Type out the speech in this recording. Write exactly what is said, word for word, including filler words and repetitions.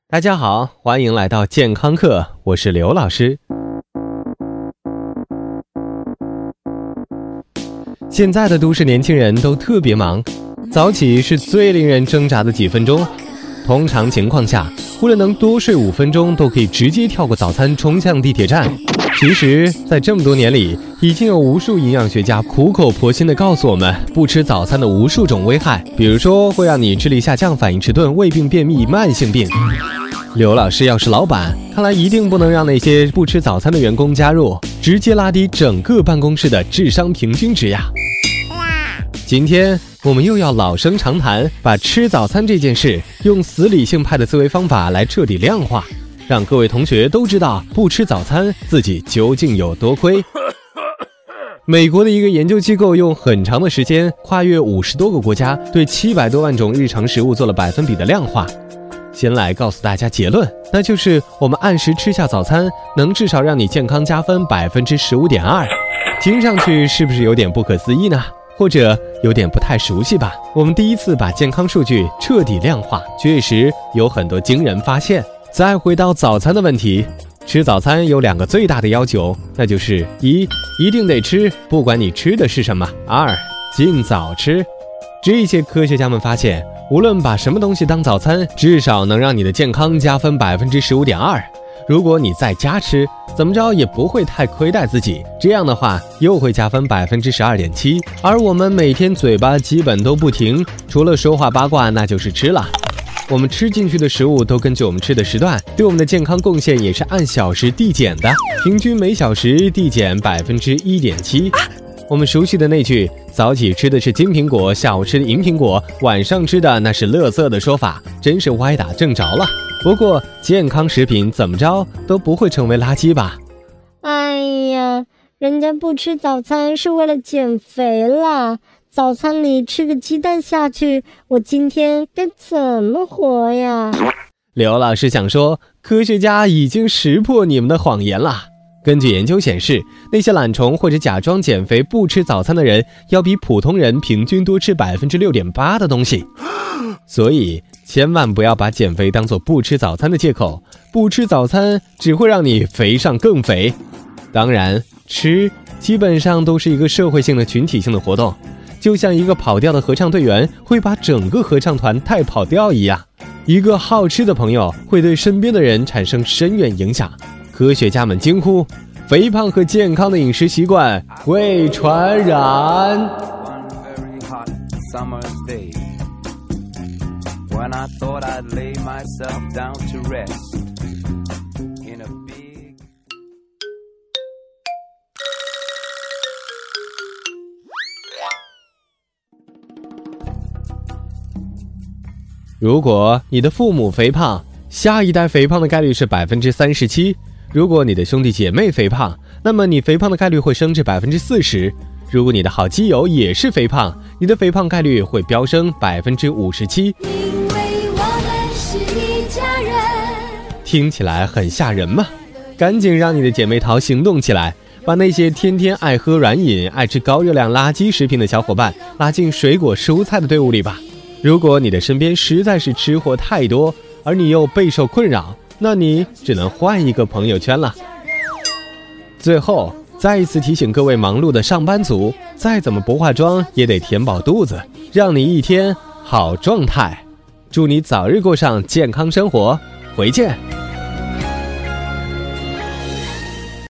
大家好，欢迎来到健康课，我是刘老师。现在的都市年轻人都特别忙，早起是最令人挣扎的几分钟。通常情况下，为了能多睡五分钟，都可以直接跳过早餐冲向地铁站。其实在这么多年里，已经有无数营养学家苦口婆心地告诉我们不吃早餐的无数种危害，比如说会让你智力下降、反应迟钝、胃病、便秘、慢性病。刘老师要是老板，看来一定不能让那些不吃早餐的员工加入，直接拉低整个办公室的智商平均值呀。今天我们又要老生常谈，把吃早餐这件事用死理性派的思维方法来彻底量化，让各位同学都知道不吃早餐自己究竟有多亏。美国的一个研究机构用很长的时间，跨越五十多个国家，对七百多万种日常食物做了百分比的量化。先来告诉大家结论，那就是我们按时吃下早餐，能至少让你健康加分 百分之十五点二。 听上去是不是有点不可思议呢？或者有点不太熟悉吧？我们第一次把健康数据彻底量化，确实有很多惊人发现。再回到早餐的问题，吃早餐有两个最大的要求，那就是一，一定得吃，不管你吃的是什么；二，尽早吃。这些科学家们发现，无论把什么东西当早餐，至少能让你的健康加分 百分之十五点二。 如果你在家吃，怎么着也不会太亏待自己，这样的话又会加分 百分之十二点七。 而我们每天嘴巴基本都不停，除了说话八卦那就是吃了。我们吃进去的食物都根据我们吃的时段，对我们的健康贡献也是按小时递减的，平均每小时递减 百分之一点七。我们熟悉的那句早起吃的是金苹果，下午吃的银苹果，晚上吃的那是垃圾的说法，真是歪打正着了。不过健康食品怎么着都不会成为垃圾吧？ 哎呀，人家不吃早餐是为了减肥啦，早餐里吃个鸡蛋下去，我今天该怎么活呀？ 刘老师想说，科学家已经识破你们的谎言了。根据研究显示，那些懒虫或者假装减肥不吃早餐的人，要比普通人平均多吃 百分之六点八 的东西。所以千万不要把减肥当作不吃早餐的借口，不吃早餐只会让你肥上更肥。当然，吃基本上都是一个社会性的群体性的活动，就像一个跑调的合唱队员会把整个合唱团带跑调一样，一个好吃的朋友会对身边的人产生深远影响。科学家们惊呼，肥胖和健康的饮食习惯会传染。如果你的父母肥胖，下一代肥胖的概率是 百分之三十七。如果你的兄弟姐妹肥胖，那么你肥胖的概率会升至 百分之四十。如果你的好基友也是肥胖，你的肥胖概率会飙升 百分之五十七。因为我们是一家人。听起来很吓人吗？赶紧让你的姐妹淘行动起来，把那些天天爱喝软饮、爱吃高热量垃圾食品的小伙伴拉进水果蔬菜的队伍里吧。如果你的身边实在是吃货太多，而你又备受困扰，那你只能换一个朋友圈了。最后再一次提醒各位忙碌的上班族，再怎么不化妆也得填饱肚子，让你一天好状态。祝你早日过上健康生活，回见。